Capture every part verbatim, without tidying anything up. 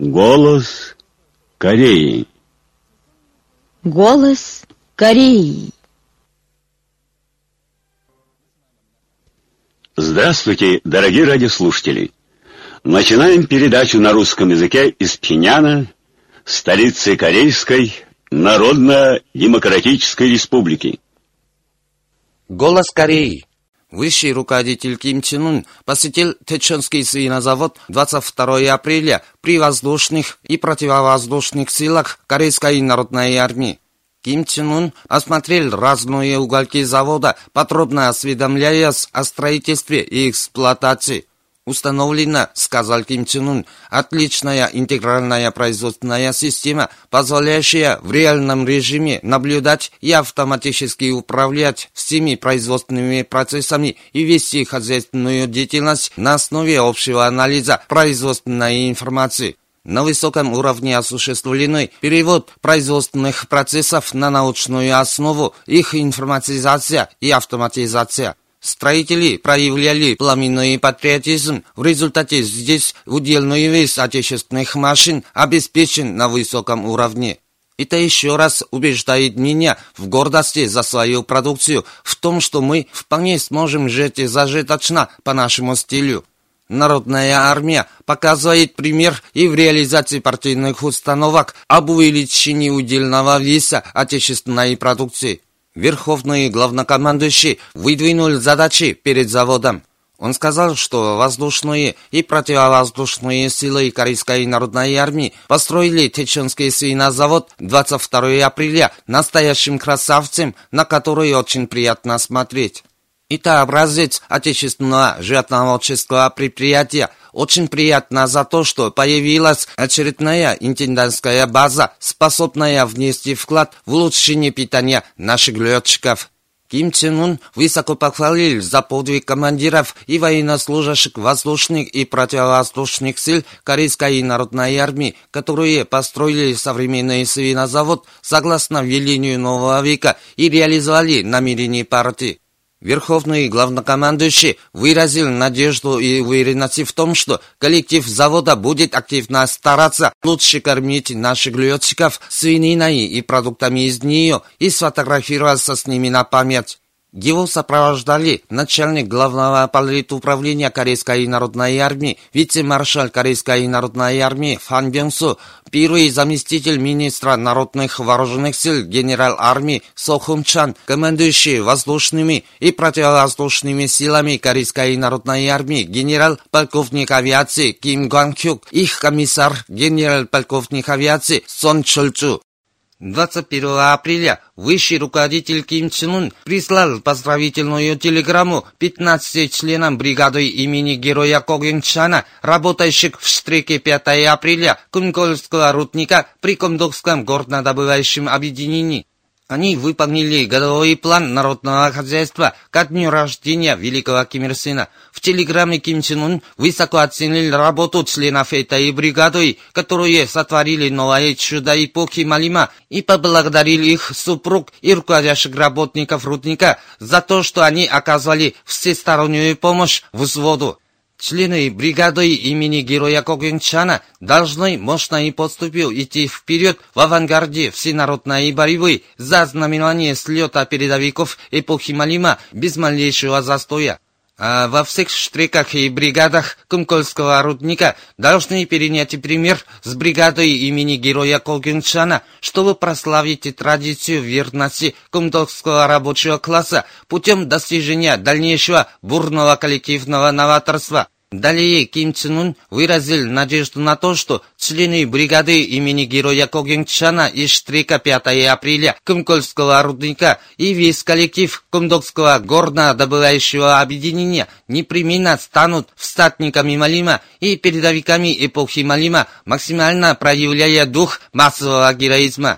Голос Кореи. Голос Кореи. Здравствуйте, дорогие радиослушатели! Начинаем передачу на русском языке из Пхеньяна, столицы Корейской Народно-Демократической Республики. Голос Кореи. Высший руководитель Ким Чен Ын посетил Тэчонский свинозавод двадцать второго апреля при воздушных и противовоздушных силах Корейской народной армии. Ким Чен Ын осмотрел разные уголки завода, подробно осведомляясь о строительстве и эксплуатации. Установлена, сказал Ким Чен Ын, отличная интегральная производственная система, позволяющая в реальном режиме наблюдать и автоматически управлять всеми производственными процессами и вести хозяйственную деятельность на основе общего анализа производственной информации. На высоком уровне осуществленный перевод производственных процессов на научную основу, их информатизация и автоматизация. Строители проявляли пламенный патриотизм. В результате здесь удельный вес отечественных машин обеспечен на высоком уровне. Это еще раз убеждает меня в гордости за свою продукцию, в том, что мы вполне сможем жить зажиточно по нашему стилю. Народная армия показывает пример и в реализации партийных установок об увеличении удельного веса отечественной продукции. Верховный главнокомандующий выдвинул задачи перед заводом. Он сказал, что воздушные и противовоздушные силы Корейской народной армии построили Тэчонский свинозавод двадцать второго апреля настоящим красавцем, на который очень приятно смотреть. Это образец отечественного животноводческого предприятия. Очень приятно за то, что появилась очередная интендантская база, способная внести вклад в улучшение питания наших летчиков. Ким Чен Ын высоко похвалил за подвиг командиров и военнослужащих воздушных и противовоздушных сил Корейской народной армии, которые построили современный свинозавод согласно велению нового века и реализовали намерения партии. Верховный главнокомандующий выразил надежду и уверенность в том, что коллектив завода будет активно стараться лучше кормить наших летчиков свининой и продуктами из нее и сфотографироваться с ними на память. Его сопровождали начальник главного политуправления Корейской народной армии, вице-маршал Корейской народной армии Фан Бёнг-су, первый заместитель министра народных вооруженных сил генерал армии Со Хун Чан, командующий воздушными и противовоздушными силами Корейской народной армии генерал-полковник авиации Ким Гван Хюк, их комиссар генерал-полковник авиации Сон Чол Чу. двадцать первого апреля высший руководитель Ким Чен Ын прислал поздравительную телеграмму пятнадцати членам бригады имени Героя Ко Ген Чана, работающих в штреке пятого апреля Кумкольского рудника при Комдокском горнодобывающем объединении. Они выполнили годовой план народного хозяйства ко дню рождения великого Ким Ир Сена. В телеграмме Ким Чен Ын высоко оценил работу членов этой бригады, которые сотворили новое чудо эпохи Малима, и поблагодарил их супруг и руководящих работников рудника за то, что они оказывали всестороннюю помощь взводу. Члены бригады имени Героя Ко Ген Чана должны мощно и поступил идти вперед в авангарде всенародной борьбы за знаменование слета передовиков эпохи Малима без малейшего застоя. А во всех штреках и бригадах Кумкольского рудника должны перенять пример с бригадой имени Героя Ко Ген Чана, чтобы прославить традицию верности кумдокского рабочего класса путем достижения дальнейшего бурного коллективного новаторства. Далее Ким Чен Ын выразил надежду на то, что члены бригады имени Героя Ко Ген Чана из штрека пятого апреля Кумкольского рудника и весь коллектив Кумдокского горнодобывающего объединения непременно станут встатниками Малима и передовиками эпохи Малима, максимально проявляя дух массового героизма.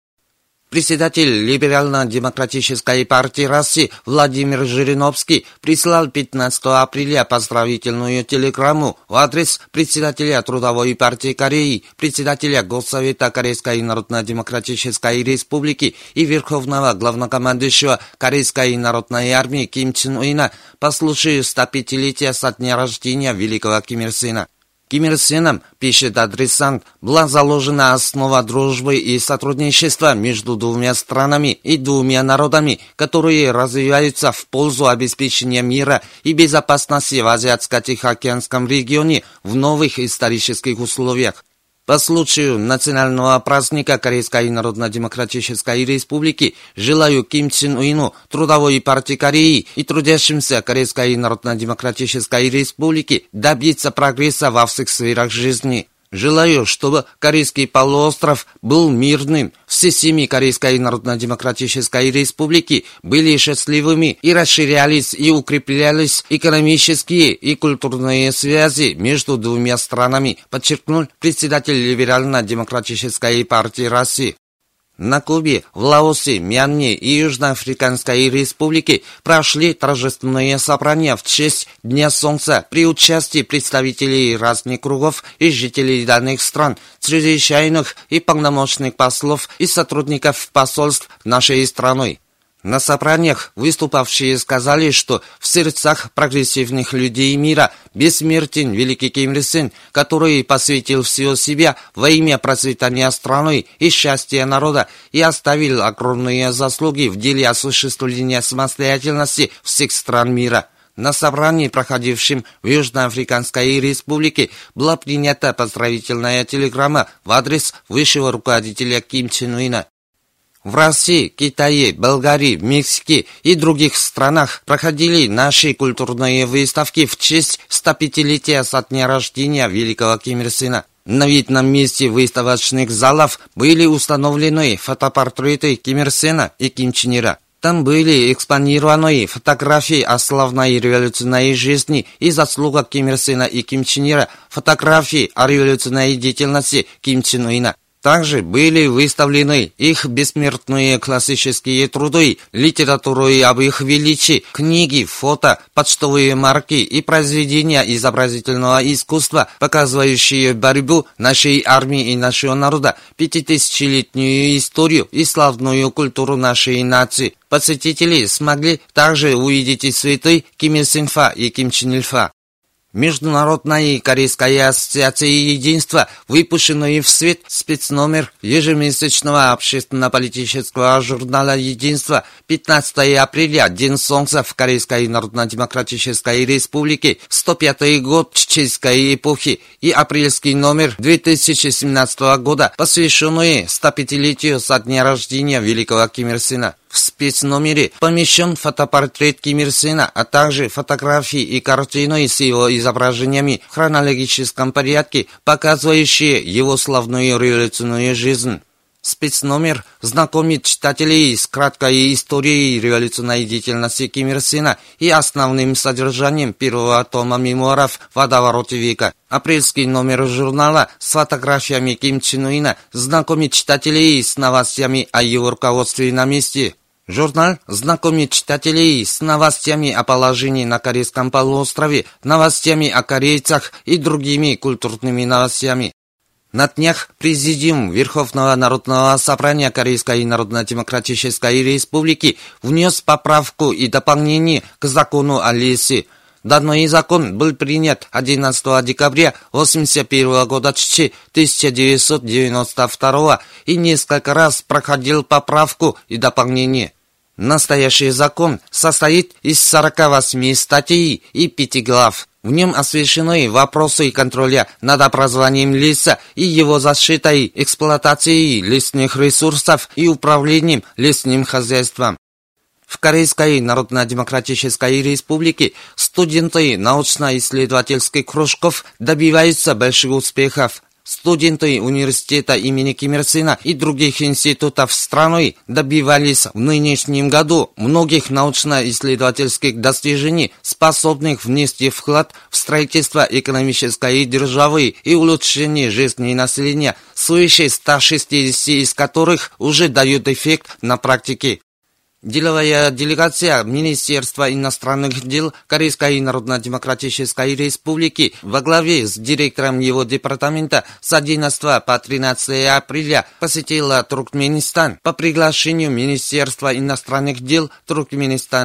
Председатель Либерально-демократической партии России Владимир Жириновский прислал пятнадцатого апреля поздравительную телеграмму в адрес председателя Трудовой партии Кореи, председателя Госсовета Корейской Народно-демократической Республики и верховного главнокомандующего Корейской народной армии Ким Чен Ына по случаю сто пятилетия со дня рождения великого Ким Ир Сена. Ким Ир Сеном, пишет адресант, была заложена основа дружбы и сотрудничества между двумя странами и двумя народами, которые развиваются в пользу обеспечения мира и безопасности в Азиатско-Тихоокеанском регионе в новых исторических условиях. По случаю национального праздника Корейской Народно-Демократической Республики желаю Ким Чен Ыну, Трудовой партии Кореи и трудящимся Корейской Народно-Демократической Республики добиться прогресса во всех сферах жизни. Желаю, чтобы Корейский полуостров был мирным, все семьи Корейской Народно-Демократической Республики были счастливыми и расширялись и укреплялись экономические и культурные связи между двумя странами, подчеркнул председатель Либерально-демократической партии России. На Кубе, в Лаосе, Мьянме и Южноафриканской Республике прошли торжественные собрания в честь Дня Солнца при участии представителей разных кругов и жителей данных стран, чрезвычайных и полномочных послов и сотрудников посольств нашей страны. На собраниях выступавшие сказали, что в сердцах прогрессивных людей мира бессмертен великий Ким Ир Сен, который посвятил все себя во имя процветания страны и счастья народа и оставил огромные заслуги в деле осуществления самостоятельности всех стран мира. На собрании, проходившем в Южноафриканской Республике, была принята поздравительная телеграмма в адрес высшего руководителя Ким Чен Ына. В России, Китае, Болгарии, Мексике и других странах проходили наши культурные выставки в честь стопятилетия со дня рождения великого Ким Ир Сена. На видном месте выставочных залов были установлены фотопортреты Ким Ир Сена и Ким Чен Ира. Там были экспонированы фотографии о славной революционной жизни и заслугах Ким Ир Сена и Ким Чен Ира, фотографии о революционной деятельности Ким Чен Ына. Также были выставлены их бессмертные классические труды, литературы об их величии, книги, фото, почтовые марки и произведения изобразительного искусства, показывающие борьбу нашей армии и нашего народа, пятитысячелетнюю историю и славную культуру нашей нации. Посетители смогли также увидеть и цветы Ким Ир Сен-фа и Ким Чен Ир-фа. Международная Корейская ассоциация единства, выпущенный в свет спецномер ежемесячного общественно-политического журнала «Единство», пятнадцатого апреля, День Солнца в Корейской Народно-Демократической Республике, сто пятый год чеченской эпохи, и апрельский номер две тысячи семнадцатого года, посвященный стопятилетию со дня рождения великого Ким Ир Сена. В спецномере помещен фотопортрет Ким Ир Сена, а также фотографии и картины с его изображениями в хронологическом порядке, показывающие его славную революционную жизнь. Спецномер знакомит читателей с краткой историей революционной деятельности Ким Ир Сена и основным содержанием первого тома мемуаров «Водоворот века». Апрельский номер журнала с фотографиями Ким Чен Ына знакомит читателей с новостями о его руководстве на месте. Журнал знакомит читателей с новостями о положении на Корейском полуострове, новостями о корейцах и другими культурными новостями. На днях Президиум Верховного Народного Собрания Корейской Народно-Демократической Республики внес поправку и дополнение к закону о лесе. Данный закон был принят одиннадцатого декабря восемьдесят первого года тысяча девятьсот девяносто второго и несколько раз проходил поправку и дополнение. Настоящий закон состоит из сорока восьми статей и пяти глав. В нем освещены вопросы контроля над образованием леса и его защитой, эксплуатацией лесных ресурсов и управлением лесным хозяйством. В Корейской Народно-Демократической Республике студенты научно-исследовательских кружков добиваются больших успехов. Студенты университета имени Ким Ир Сена и других институтов страны добивались в нынешнем году многих научно-исследовательских достижений, способных внести вклад в строительство экономической державы и улучшение жизни населения, свыше ста шестидесяти из которых уже дают эффект на практике. Деловая делегация Министерства иностранных дел Корейской Народно-Демократической Республики во главе с директором его департамента с одиннадцатого по тринадцатое апреля посетила Туркменистан по приглашению Министерства иностранных дел Туркменистана.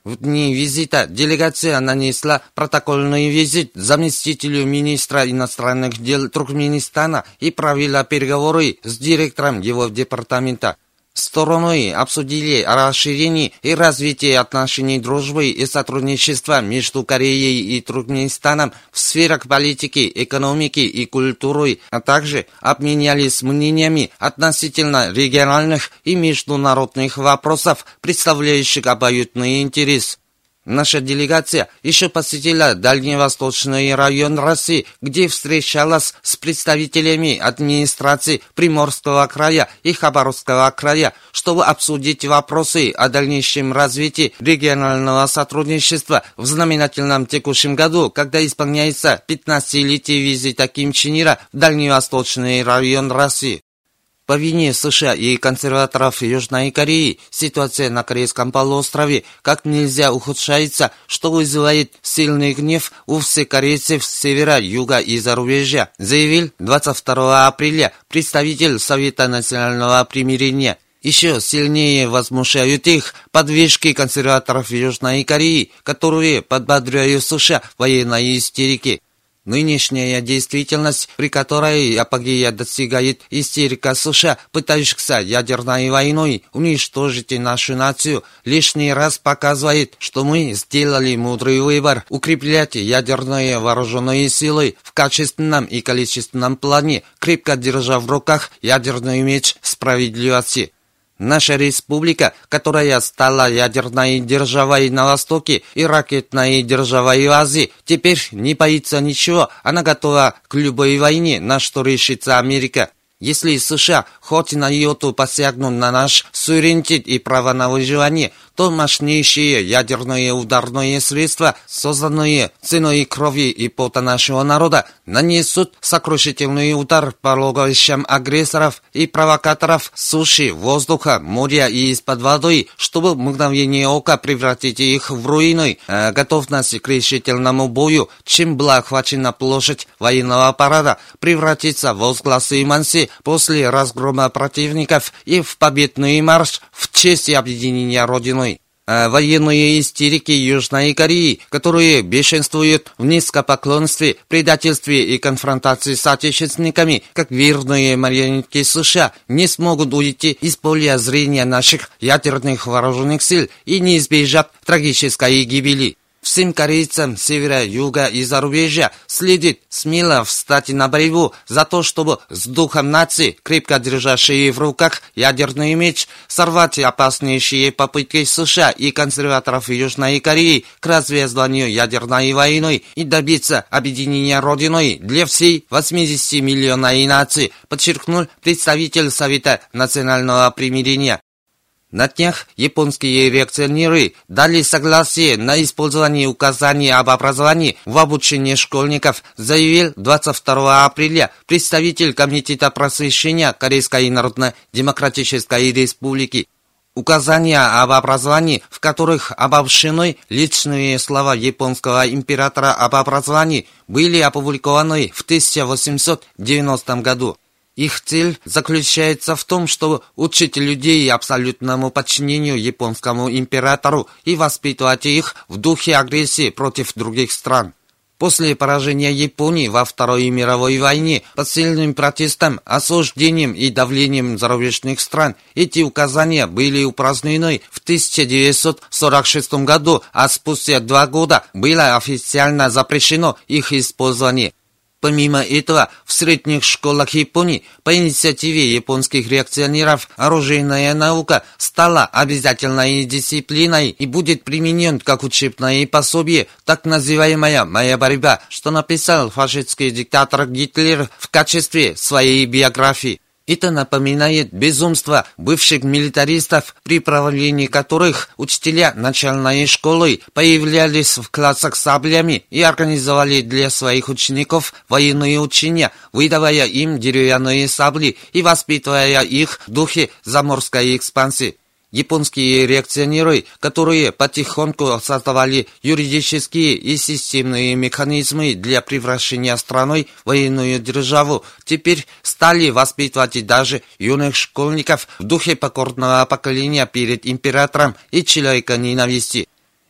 В дни визита делегация нанесла протокольный визит заместителю министра иностранных дел Туркменистана и провела переговоры с директором его департамента. Стороны обсудили расширение и развитие отношений дружбы и сотрудничества между Кореей и Туркменистаном в сферах политики, экономики и культуры, а также обменялись мнениями относительно региональных и международных вопросов, представляющих обоюдный интерес. Наша делегация еще посетила Дальневосточный район России, где встречалась с представителями администрации Приморского края и Хабаровского края, чтобы обсудить вопросы о дальнейшем развитии регионального сотрудничества в знаменательном текущем году, когда исполняется пятнадцатилетие визита Ким Чен Ира в Дальневосточный район России. По вине США и консерваторов Южной Кореи ситуация на Корейском полуострове как нельзя ухудшается, что вызывает сильный гнев у всех корейцев с севера, юга и зарубежья, заявил двадцать второго апреля представитель Совета национального примирения. Еще сильнее возмущают их подвижки консерваторов Южной Кореи, которые подбодряют США в военной истерике. Нынешняя действительность, при которой апогея достигает истерика США, пытающихся ядерной войной уничтожить нашу нацию, лишний раз показывает, что мы сделали мудрый выбор укреплять ядерные вооруженные силы в качественном и количественном плане, крепко держа в руках ядерный меч справедливости. Наша республика, которая стала ядерной державой на Востоке и ракетной державой в Азии, теперь не боится ничего, она готова к любой войне, на что решится Америка. Если США хоть на йоту посягнут на наш суверенитет и право на выживание, то мощнейшие ядерные ударные средства, созданные ценой крови и пота нашего народа, нанесут сокрушительный удар по логовищам агрессоров и провокаторов с суши, воздуха, моря и из-под воды, чтобы в мгновение ока превратить их в руины. А готовность к решительному бою, чем была охвачена площадь военного парада, превратится в возгласы манси после разгрома противников и в победный марш в честь объединения Родины. А военные истерики Южной Кореи, которые бешенствуют в низкопоклонстве, предательстве и конфронтации с отечественниками, как верные марионетки США, не смогут уйти из поля зрения наших ядерных вооруженных сил и не избежат трагической гибели. Всем корейцам севера, юга и зарубежья следует смело встать на борьбу за то, чтобы с духом нации, крепко держащие в руках ядерный меч, сорвать опаснейшие попытки США и консерваторов Южной Кореи к развязыванию ядерной войны и добиться объединения Родиной для всей восьмидесятимиллионной нации, подчеркнул представитель Совета национального примирения. На днях японские реакционеры дали согласие на использование указаний об образовании в обучении школьников, заявил двадцать второго апреля представитель Комитета просвещения Корейской Народно-Демократической Республики. Указания об образовании, в которых обобщены личные слова японского императора об образовании, были опубликованы в тысяча восемьсот девяностом году. Их цель заключается в том, чтобы учить людей абсолютному подчинению японскому императору и воспитывать их в духе агрессии против других стран. После поражения Японии во Второй мировой войне под сильным протестом, осуждением и давлением зарубежных стран эти указания были упразднены в тысяча девятьсот сорок шестом году, а спустя два года было официально запрещено их использование. Помимо этого, в средних школах Японии по инициативе японских реакционеров оружейная наука стала обязательной дисциплиной и будет применен как учебное пособие так называемая «Моя борьба», что написал фашистский диктатор Гитлер в качестве своей биографии. Это напоминает безумство бывших милитаристов, при правлении которых учителя начальной школы появлялись в классах с саблями и организовали для своих учеников военные учения, выдавая им деревянные сабли и воспитывая их в духе заморской экспансии. Японские реакционеры, которые потихоньку создавали юридические и системные механизмы для превращения страны в военную державу, теперь стали воспитывать даже юных школьников в духе покорного поколения перед императором и человека ненависти.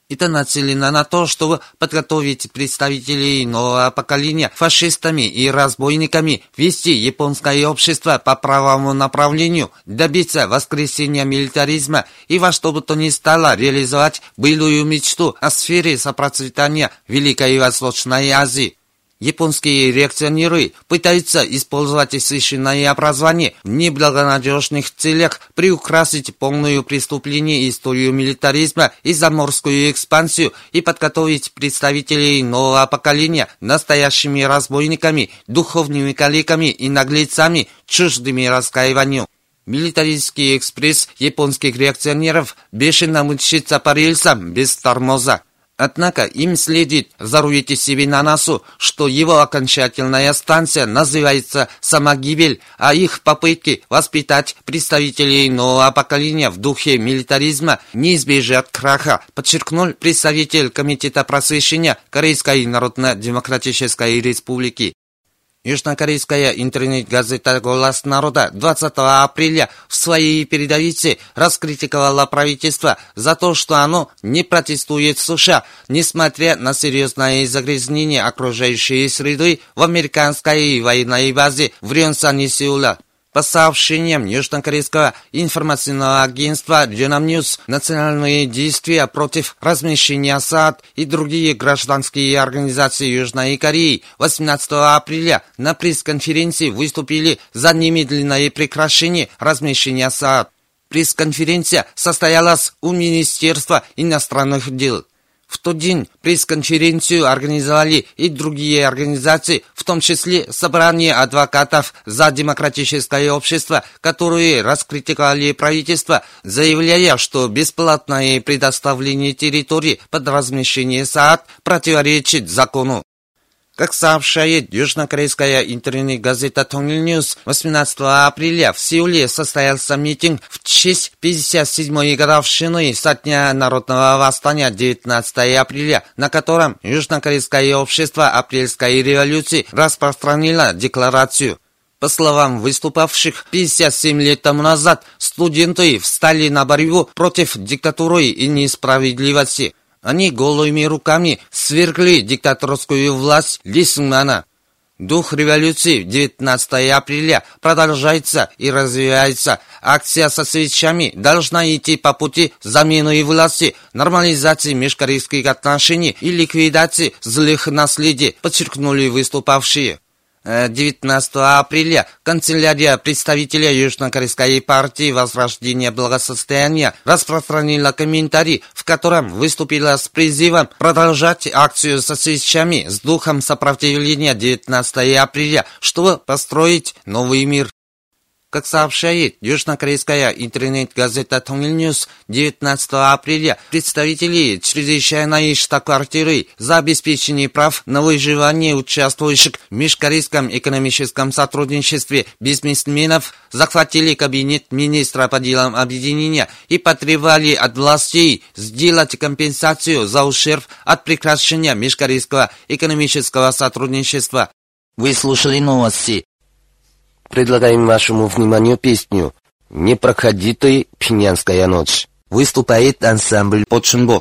Это нацелено на то, чтобы подготовить представителей нового поколения фашистами и разбойниками, вести японское общество по правому направлению, добиться воскресения милитаризма и во что бы то ни стало реализовать былую мечту о сфере сопроцветания Великой и Восточной Азии. Японские реакционеры пытаются использовать священное образование в неблагонадежных целях, приукрасить полную преступление историю милитаризма и заморскую экспансию и подготовить представителей нового поколения настоящими разбойниками, духовными калеками и наглецами, чуждыми раскаиванию. Милитаристский экспресс японских реакционеров бешено мчится по рельсам без тормоза. Однако им следует заруить себе на носу, что его окончательная станция называется «Самогибель», а их попытки воспитать представителей нового поколения в духе милитаризма не избежат краха, подчеркнул представитель Комитета просвещения Корейской Народно-Демократической Республики. Южнокорейская интернет-газета «Голос народа» двадцатого апреля в своей передовице раскритиковала правительство за то, что оно не протестует в США, несмотря на серьезное загрязнение окружающей среды в американской военной базе в районе Сеула. По сообщениям южнокорейского информационного агентства Yonhap News, национальные действия против размещения СААД и другие гражданские организации Южной Кореи восемнадцатого апреля на пресс-конференции выступили за немедленное прекращение размещения СААД. Пресс-конференция состоялась у Министерства иностранных дел. В тот день пресс-конференцию организовали и другие организации, в том числе собрание адвокатов за демократическое общество, которые раскритиковали правительство, заявляя, что бесплатное предоставление территории под размещение СААД противоречит закону. Как сообщает южнокорейская интернет-газета Тongil News, восемнадцатого апреля в Сеуле состоялся митинг в честь пятьдесят седьмой годовщины со дня народного восстания девятнадцатого апреля, на котором южнокорейское общество апрельской революции распространило декларацию. По словам выступавших, пятьдесят семь лет тому назад студенты встали на борьбу против диктатуры и несправедливости. Они голыми руками свергли диктаторскую власть Ли Сынгмана. Дух революции девятнадцатого апреля продолжается и развивается. Акция со свечами должна идти по пути замены власти, нормализации межкорейских отношений и ликвидации злых наследий, подчеркнули выступавшие. девятнадцатого апреля канцелярия представителя Южнокорейской партии Возрождения Благосостояния распространила комментарий, в котором выступила с призывом продолжать акцию со свечами с духом сопротивления девятнадцатого апреля, чтобы построить новый мир. Как сообщает южнокорейская интернет-газета Tongil News, девятнадцатого апреля представители чрезвычайной штаб-квартиры за обеспечение прав на выживание участвующих в межкорейском экономическом сотрудничестве бизнесменов захватили кабинет министра по делам объединения и потребовали от властей сделать компенсацию за ущерб от прекращения межкорейского экономического сотрудничества. Вы слушали новости. Предлагаем вашему вниманию песню «Не проходи ты, пхеньянская ночь». Выступает ансамбль «Подшинбо».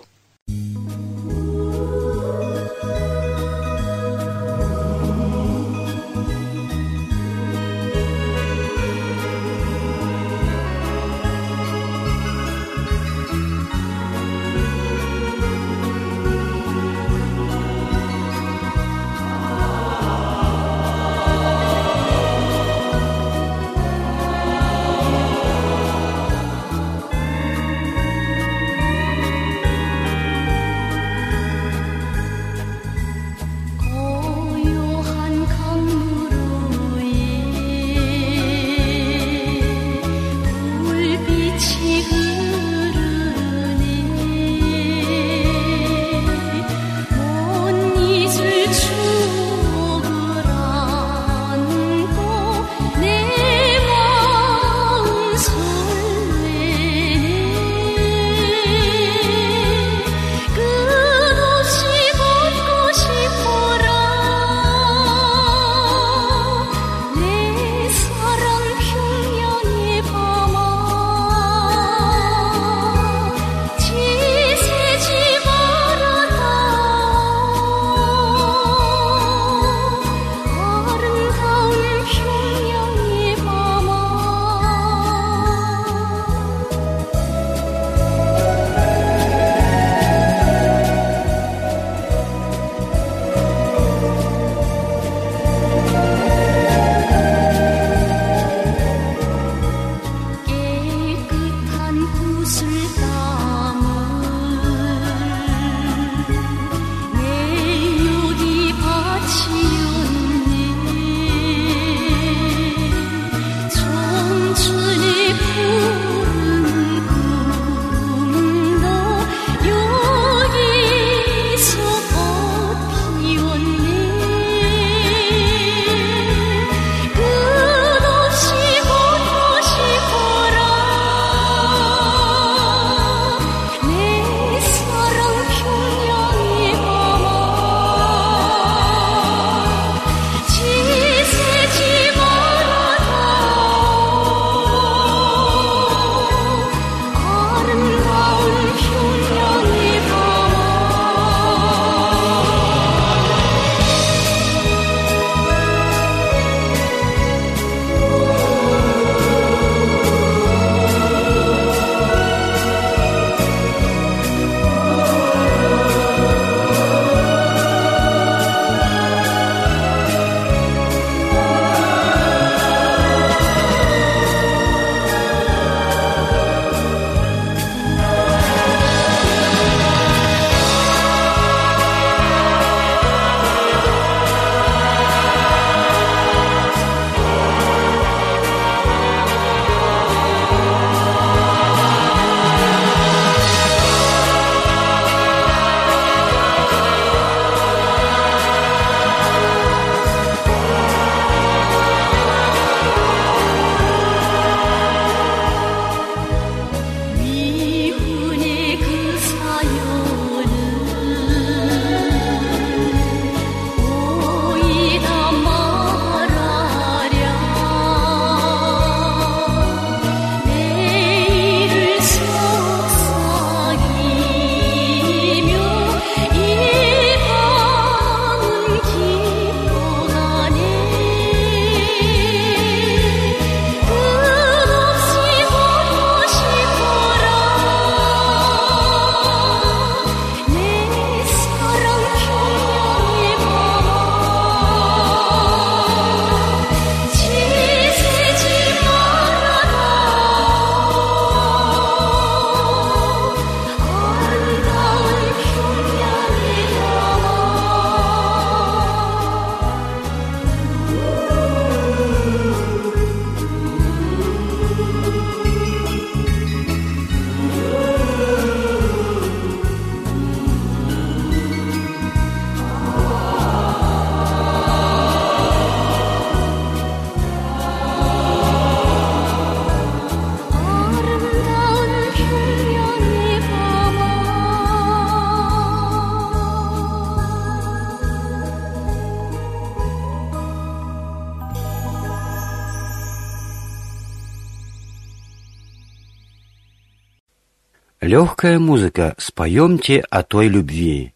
Легкая музыка, споемте о той любви.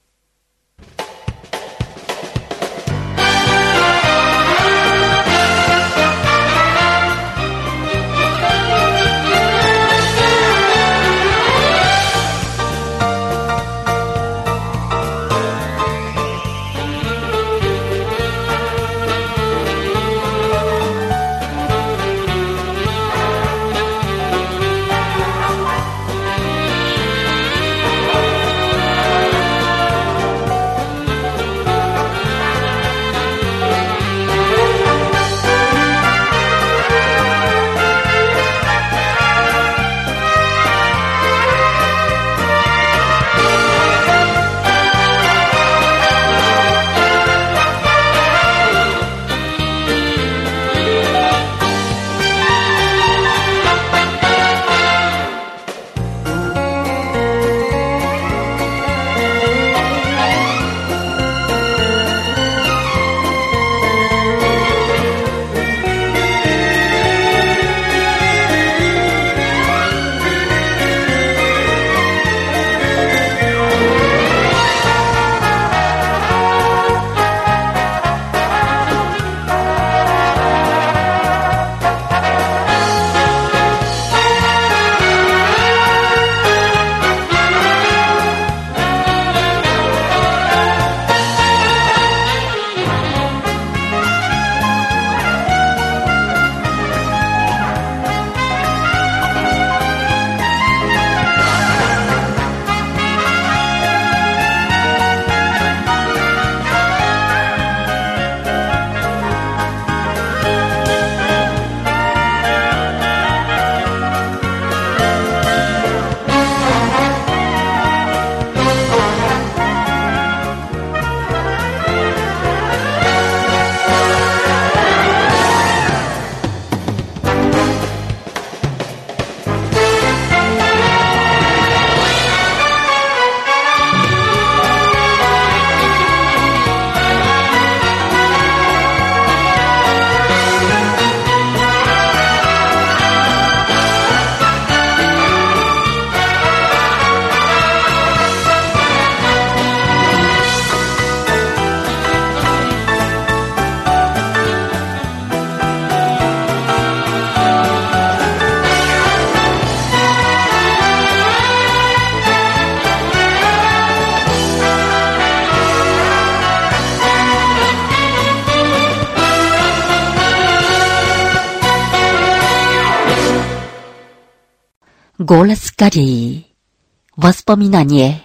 Голос Кореи. Воспоминание.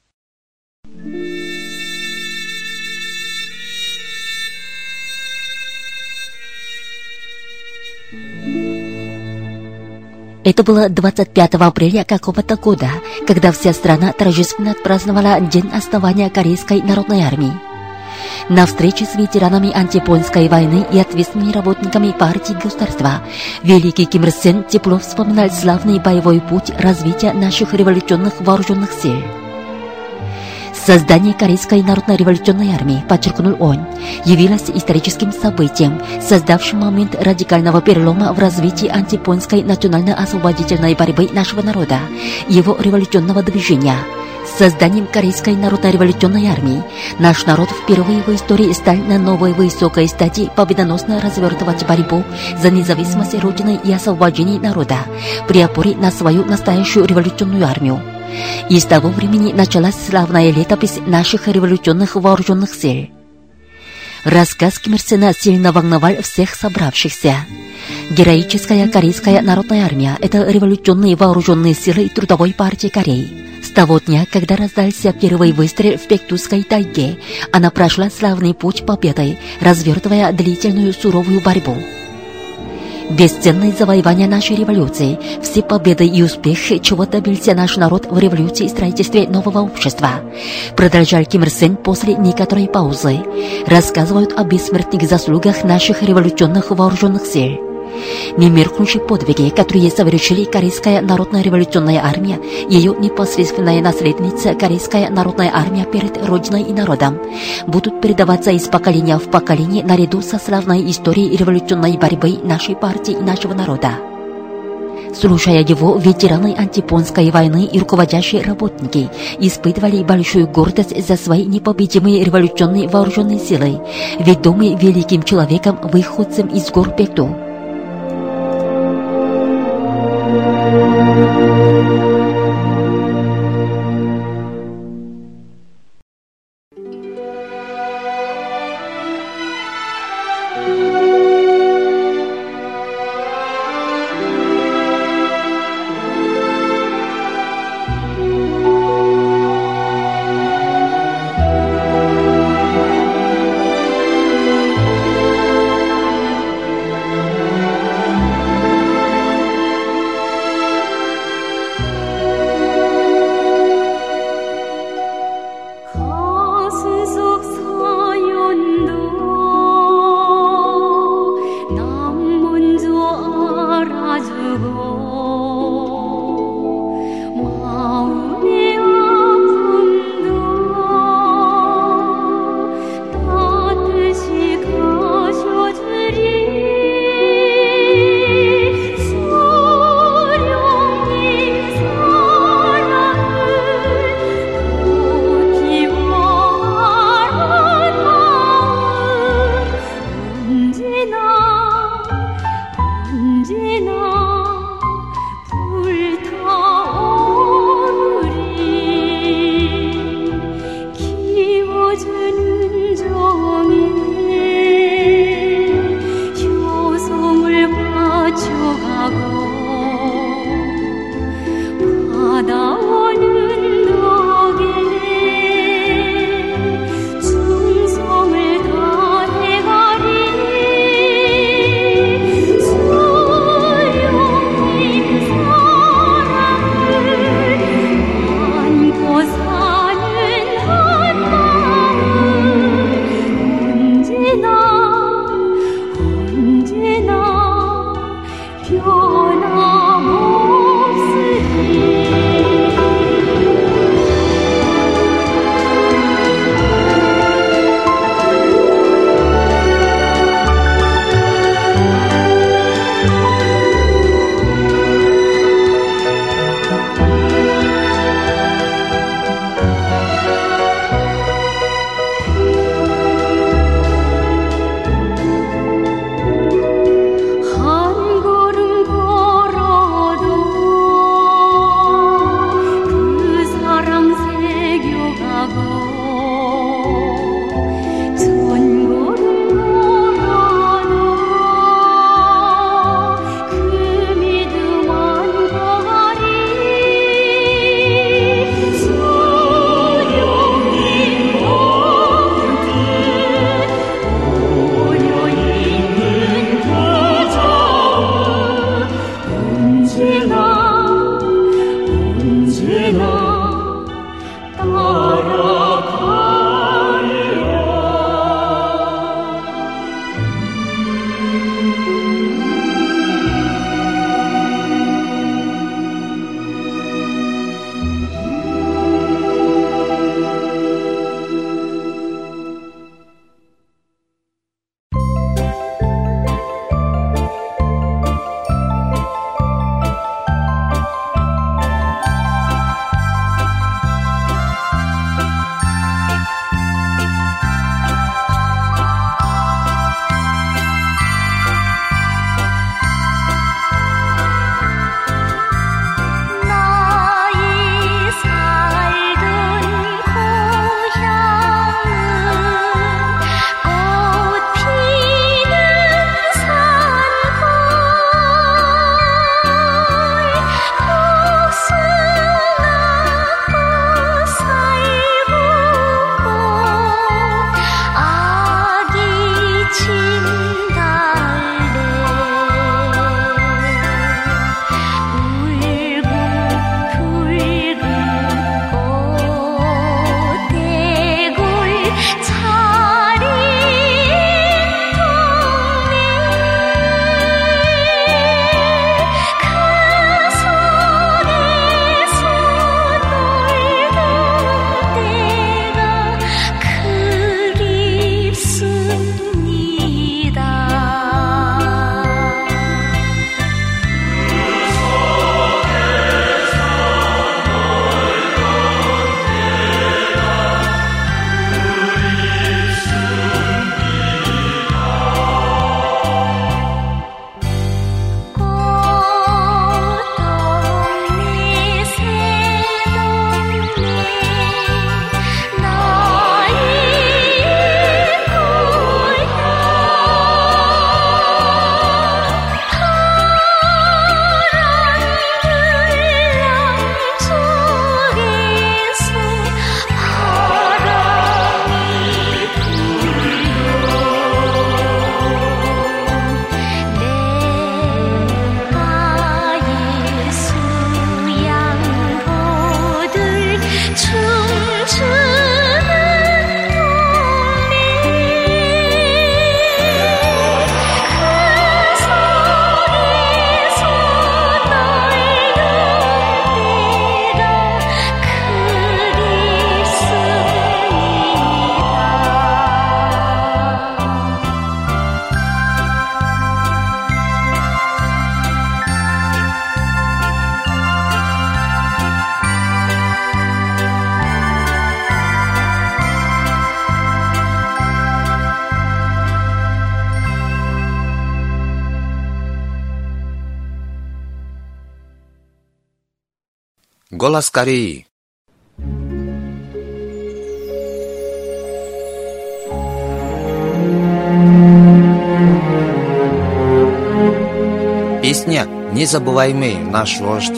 Это было двадцать пятого апреля какого-то года, когда вся страна торжественно отпраздновала День основания Корейской народной армии. На встрече с ветеранами антияпонской войны и ответственными работниками партии государства великий Ким Ир Сен тепло вспоминал славный боевой путь развития наших революционных вооруженных сил. Создание Корейской народно-революционной армии, подчеркнул он, явилось историческим событием, создавшим момент радикального перелома в развитии антияпонской национально-освободительной борьбы нашего народа, его революционного движения. С созданием Корейской народно-революционной армии наш народ впервые в истории стал на новой высокой стадии победоносно развертывать борьбу за независимость Родины и освобождение народа при опоре на свою настоящую революционную армию. И с того времени началась славная летопись наших революционных вооруженных сил. Рассказ Ким Ир Сена сильно волновал всех собравшихся. Героическая Корейская народная армия – это революционные вооруженные силы Трудовой партии Кореи. С того дня, когда раздался первый выстрел в Пектусской тайге, она прошла славный путь победы, развертывая длительную суровую борьбу. Бесценные завоевания нашей революции, все победы и успехи, чего добился наш народ в революции и строительстве нового общества, продолжал Ким Ир Сен после некоторой паузы, рассказывают о бессмертных заслугах наших революционных вооруженных сил. Немеркнущие подвиги, которые совершили Корейская народно-революционная армия, ее непосредственная наследница Корейская народная армия перед Родиной и народом, будут передаваться из поколения в поколение наряду со славной историей революционной борьбы нашей партии и нашего народа. Слушая его, ветераны антипонской войны и руководящие работники испытывали большую гордость за свои непобедимые революционные вооруженные силы, ведомые великим человеком, выходцем из гор Пекту. Голос Кореи. Песня «Незабываемый наш вождь».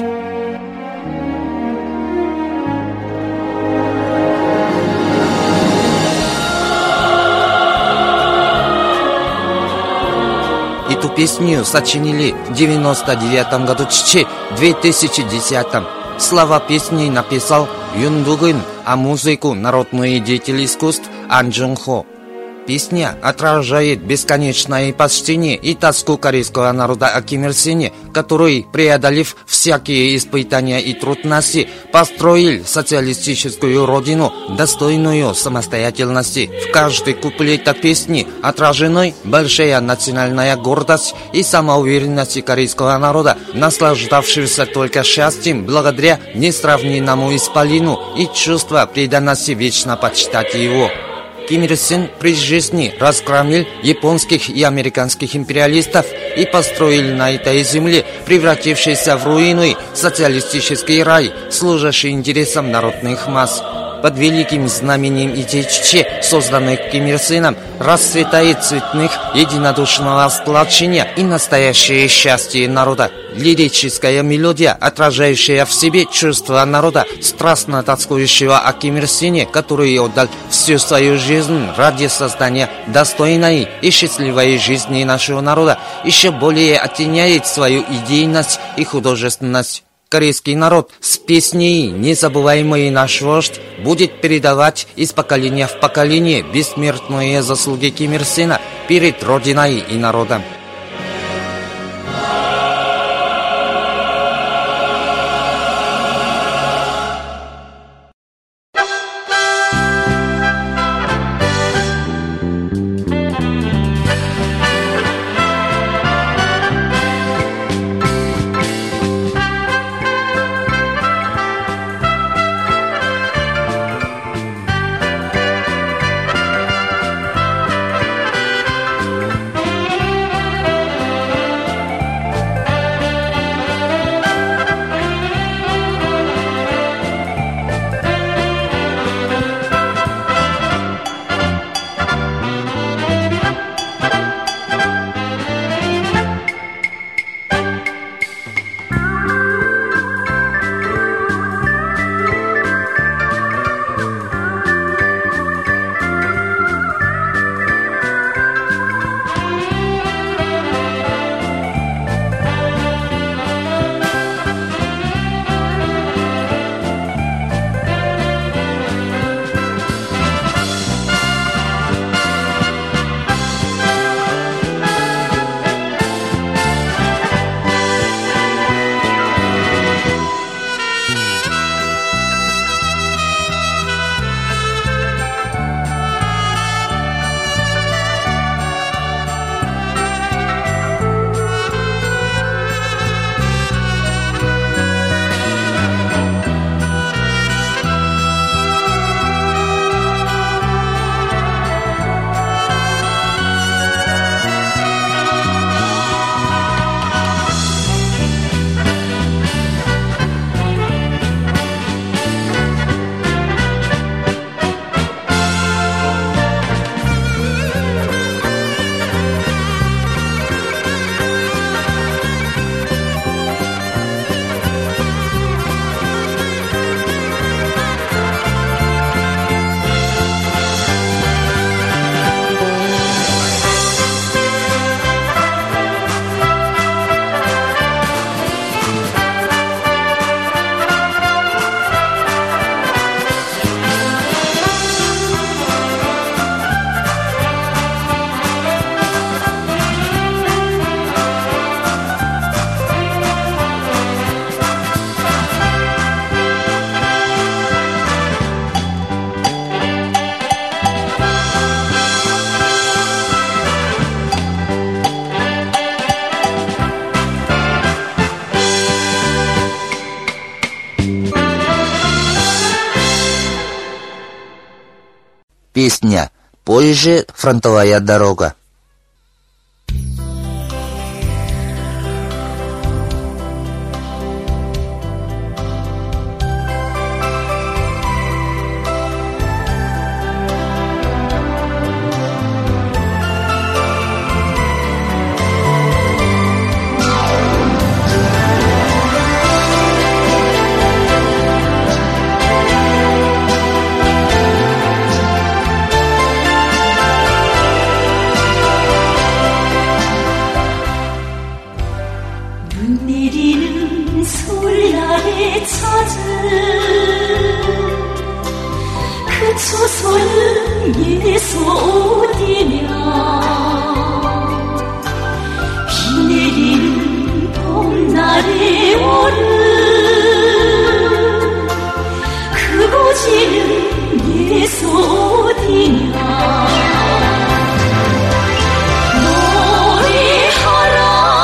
Эту песню сочинили в девяносто девятом году, в две тысячи десятом. Слова песни написал Юн Дугын, а музыку народный деятель искусств Ан Джун Хо. Песня отражает бесконечное почтение и тоску корейского народа о Ким Ир Сене, который, преодолев всякие испытания и трудности, построил социалистическую родину, достойную самостоятельности. В каждой куплете песни отражены большая национальная гордость и самоуверенность корейского народа, наслаждавшегося только счастьем благодаря несравненному исполину и чувство преданности вечно почитать его. Ким Ир Сен при жизни разгромил японских и американских империалистов и построил на этой земле превратившийся в руины социалистический рай, служащий интересам народных масс. Под великим знаменем идей Чучхе, созданных Ким Ир Сеном, расцветает цветных единодушного сплочения и настоящее счастье народа. Лирическая мелодия, отражающая в себе чувства народа, страстно тоскующего о Ким Ир Сене, который отдал всю свою жизнь ради создания достойной и счастливой жизни нашего народа, еще более оттеняет свою идейность и художественность. Корейский народ с песней «Незабываемый наш вождь» будет передавать из поколения в поколение бессмертные заслуги Ким Ир Сена перед Родиной и народом. Песня «Позже фронтовая дорога». 나의 찾은 그 초소는 예수 어디냐 비 내리는 봄날의 오름 그 고지는 예수 어디냐 노래하라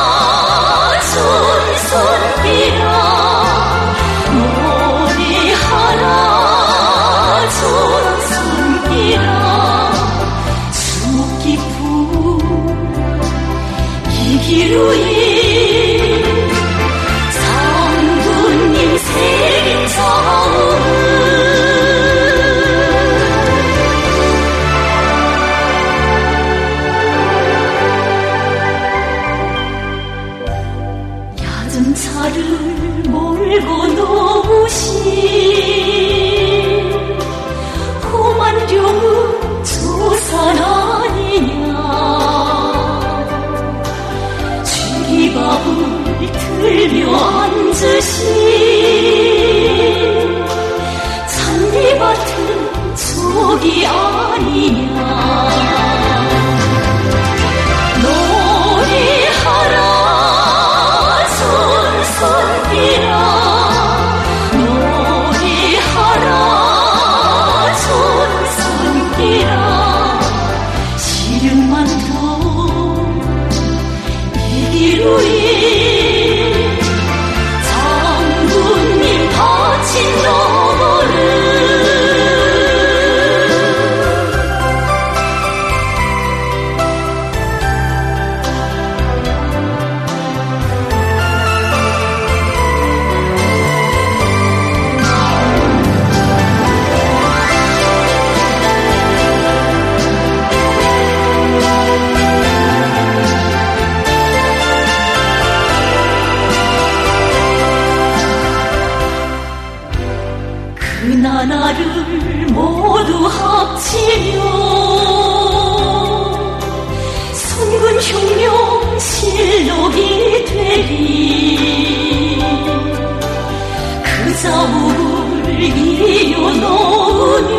손손비라 노래하라 손손비라 추억 깊은 이 길 위에 상군님 새긴 자음 차를 몰고 놓으신 험한 경우 조산 아니냐 줄기밥을 들며 앉으신 잔디밭은 저기 아니냐 노래하라 손손비라 노래하라 손손비라 시름만 더 이 길 위에 장군님 다친 너머를 나를 모두 합치며 선군 흉룡 실록이 되리 그 자욱을 이어놓으며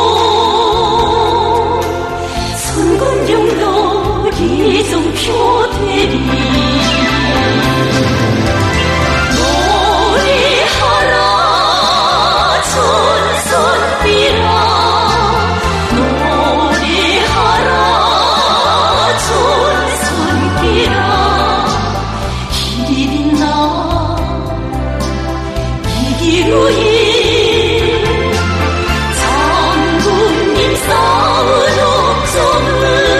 선군 용도 이정표 되리 손손비라 노래하라 손손비라 길이 빛나 이 길 위에 장군님 쌓은 옥점을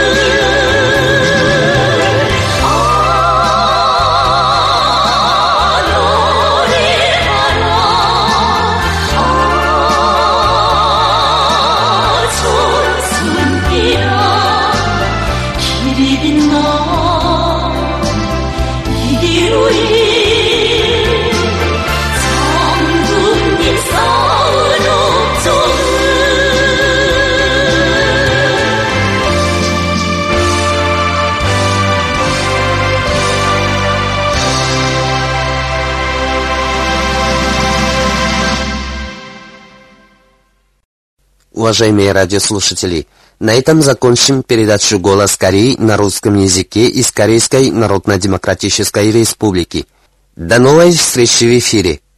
Уважаемые радиослушатели, на этом закончим передачу «Голос Кореи» на русском языке из Корейской Народно-Демократической Республики. До новой встречи в эфире!